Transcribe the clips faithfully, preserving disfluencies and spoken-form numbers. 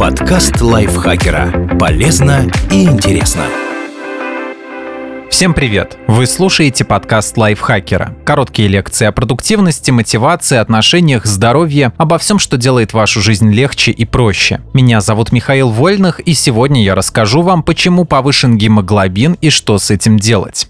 Подкаст лайфхакера. Полезно и интересно. Всем привет! Вы слушаете подкаст лайфхакера. Короткие лекции о продуктивности, мотивации, отношениях, здоровье, обо всем, что делает вашу жизнь легче и проще. Меня зовут Михаил Вольных, и сегодня я расскажу вам, почему повышен гемоглобин и что с этим делать.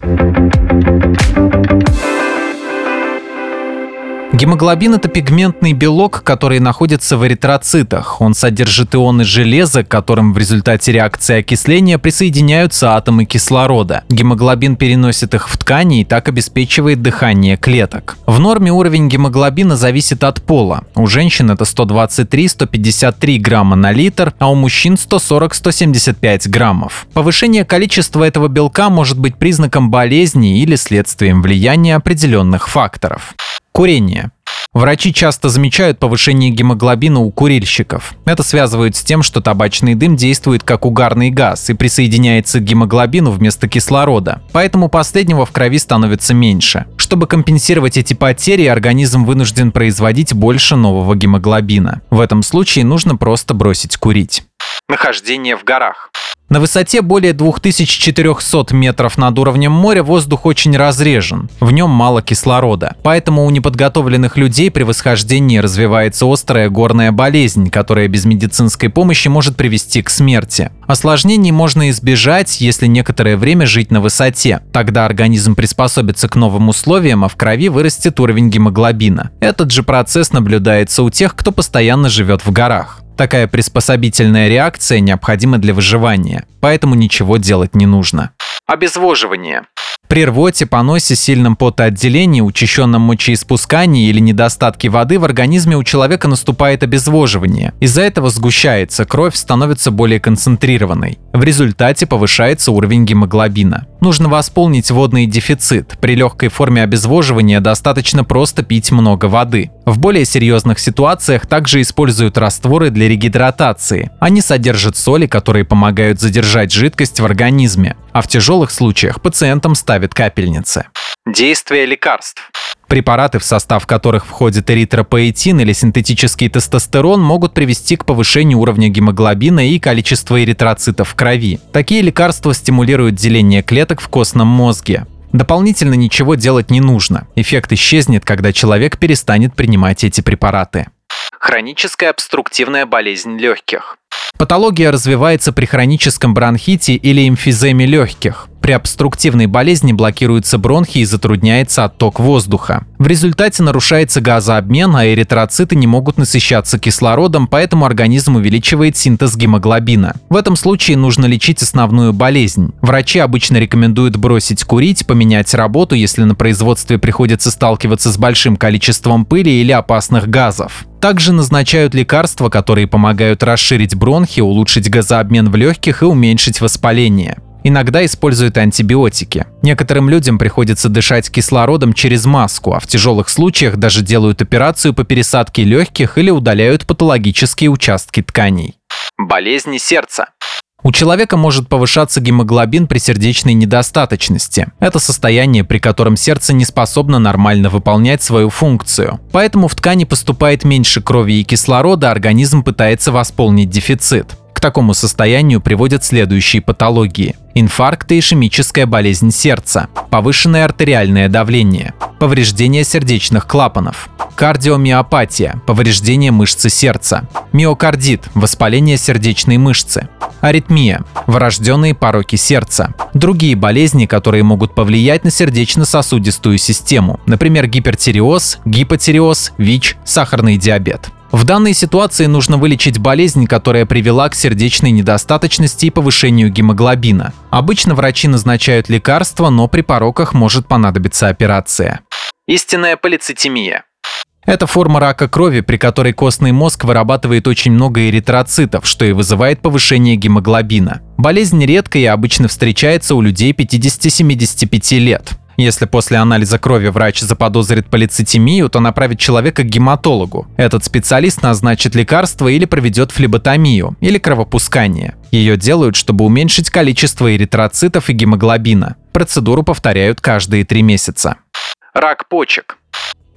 Гемоглобин – это пигментный белок, который находится в эритроцитах. Он содержит ионы железа, к которым в результате реакции окисления присоединяются атомы кислорода. Гемоглобин переносит их в ткани и так обеспечивает дыхание клеток. В норме уровень гемоглобина зависит от пола. У женщин это сто двадцать три - сто пятьдесят три грамма на литр, а у мужчин сто сорок - сто семьдесят пять граммов. Повышение количества этого белка может быть признаком болезни или следствием влияния определенных факторов. Курение. Врачи часто замечают повышение гемоглобина у курильщиков. Это связывают с тем, что табачный дым действует как угарный газ и присоединяется к гемоглобину вместо кислорода, поэтому последнего в крови становится меньше. Чтобы компенсировать эти потери, организм вынужден производить больше нового гемоглобина. В этом случае нужно просто бросить курить. Нахождение в горах. На высоте более две тысячи четыреста метров над уровнем моря воздух очень разрежен, в нем мало кислорода. Поэтому у неподготовленных людей при восхождении развивается острая горная болезнь, которая без медицинской помощи может привести к смерти. Осложнений можно избежать, если некоторое время жить на высоте. Тогда организм приспособится к новым условиям, а в крови вырастет уровень гемоглобина. Этот же процесс наблюдается у тех, кто постоянно живет в горах. Такая приспособительная реакция необходима для выживания, поэтому ничего делать не нужно. Обезвоживание. При рвоте, поносе, сильном потоотделении, учащенном мочеиспускании или недостатке воды в организме у человека наступает обезвоживание. Из-за этого сгущается кровь, становится более концентрированной. В результате повышается уровень гемоглобина. Нужно восполнить водный дефицит. При легкой форме обезвоживания достаточно просто пить много воды. В более серьезных ситуациях также используют растворы для регидратации. Они содержат соли, которые помогают задержать жидкость в организме. А в тяжелых случаях пациентам ставят капельницы. Действие лекарств. Препараты, в состав которых входит эритропоэтин или синтетический тестостерон, могут привести к повышению уровня гемоглобина и количества эритроцитов в крови. Такие лекарства стимулируют деление клеток в костном мозге. Дополнительно ничего делать не нужно. Эффект исчезнет, когда человек перестанет принимать эти препараты. Хроническая обструктивная болезнь легких. Патология развивается при хроническом бронхите или эмфиземе легких. При обструктивной болезни блокируются бронхи и затрудняется отток воздуха. В результате нарушается газообмен, а эритроциты не могут насыщаться кислородом, поэтому организм увеличивает синтез гемоглобина. В этом случае нужно лечить основную болезнь. Врачи обычно рекомендуют бросить курить, поменять работу, если на производстве приходится сталкиваться с большим количеством пыли или опасных газов. Также назначают лекарства, которые помогают расширить бронхи, улучшить газообмен в легких и уменьшить воспаление. Иногда используют антибиотики. Некоторым людям приходится дышать кислородом через маску, а в тяжелых случаях даже делают операцию по пересадке легких или удаляют патологические участки тканей. Болезни сердца. У человека может повышаться гемоглобин при сердечной недостаточности. Это состояние, при котором сердце не способно нормально выполнять свою функцию. Поэтому в ткани поступает меньше крови и кислорода, организм пытается восполнить дефицит. К такому состоянию приводят следующие патологии: инфаркт и ишемическая болезнь сердца, повышенное артериальное давление, повреждение сердечных клапанов, кардиомиопатия, повреждение мышцы сердца, миокардит, воспаление сердечной мышцы, аритмия, врожденные пороки сердца, другие болезни, которые могут повлиять на сердечно-сосудистую систему, например, гипертиреоз, гипотиреоз, ВИЧ, сахарный диабет. В данной ситуации нужно вылечить болезнь, которая привела к сердечной недостаточности и повышению гемоглобина. Обычно врачи назначают лекарства, но при пороках может понадобиться операция. Истинная полицитемия. Это форма рака крови, при которой костный мозг вырабатывает очень много эритроцитов, что и вызывает повышение гемоглобина. Болезнь редкая и обычно встречается у людей пятидесяти-семидесяти пяти лет. Если после анализа крови врач заподозрит полицитемию, то направит человека к гематологу. Этот специалист назначит лекарство или проведет флеботомию, или кровопускание. Ее делают, чтобы уменьшить количество эритроцитов и гемоглобина. Процедуру повторяют каждые три месяца. Рак почек.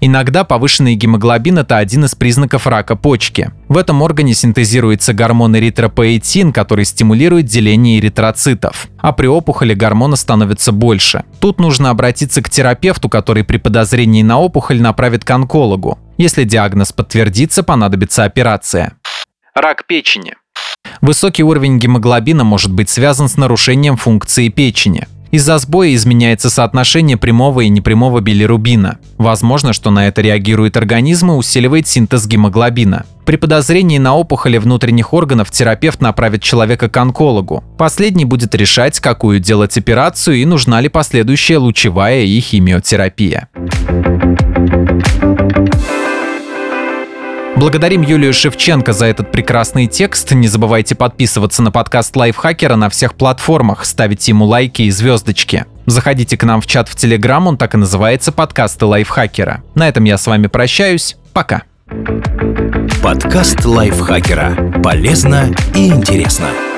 Иногда повышенный гемоглобин – это один из признаков рака почки. В этом органе синтезируется гормон эритропоэтин, который стимулирует деление эритроцитов. А при опухоли гормона становится больше. Тут нужно обратиться к терапевту, который при подозрении на опухоль направит к онкологу. Если диагноз подтвердится, понадобится операция. Рак печени. Высокий уровень гемоглобина может быть связан с нарушением функции печени. Из-за сбоя изменяется соотношение прямого и непрямого билирубина. Возможно, что на это реагирует организм и усиливает синтез гемоглобина. При подозрении на опухоли внутренних органов терапевт направит человека к онкологу. Последний будет решать, какую делать операцию и нужна ли последующая лучевая и химиотерапия. Благодарим Юлию Шевченко за этот прекрасный текст. Не забывайте подписываться на подкаст Лайфхакера на всех платформах, ставить ему лайки и звездочки. Заходите к нам в чат в Телеграм, он так и называется «Подкасты Лайфхакера». На этом я с вами прощаюсь. Пока. Подкаст Лайфхакера. Полезно и интересно.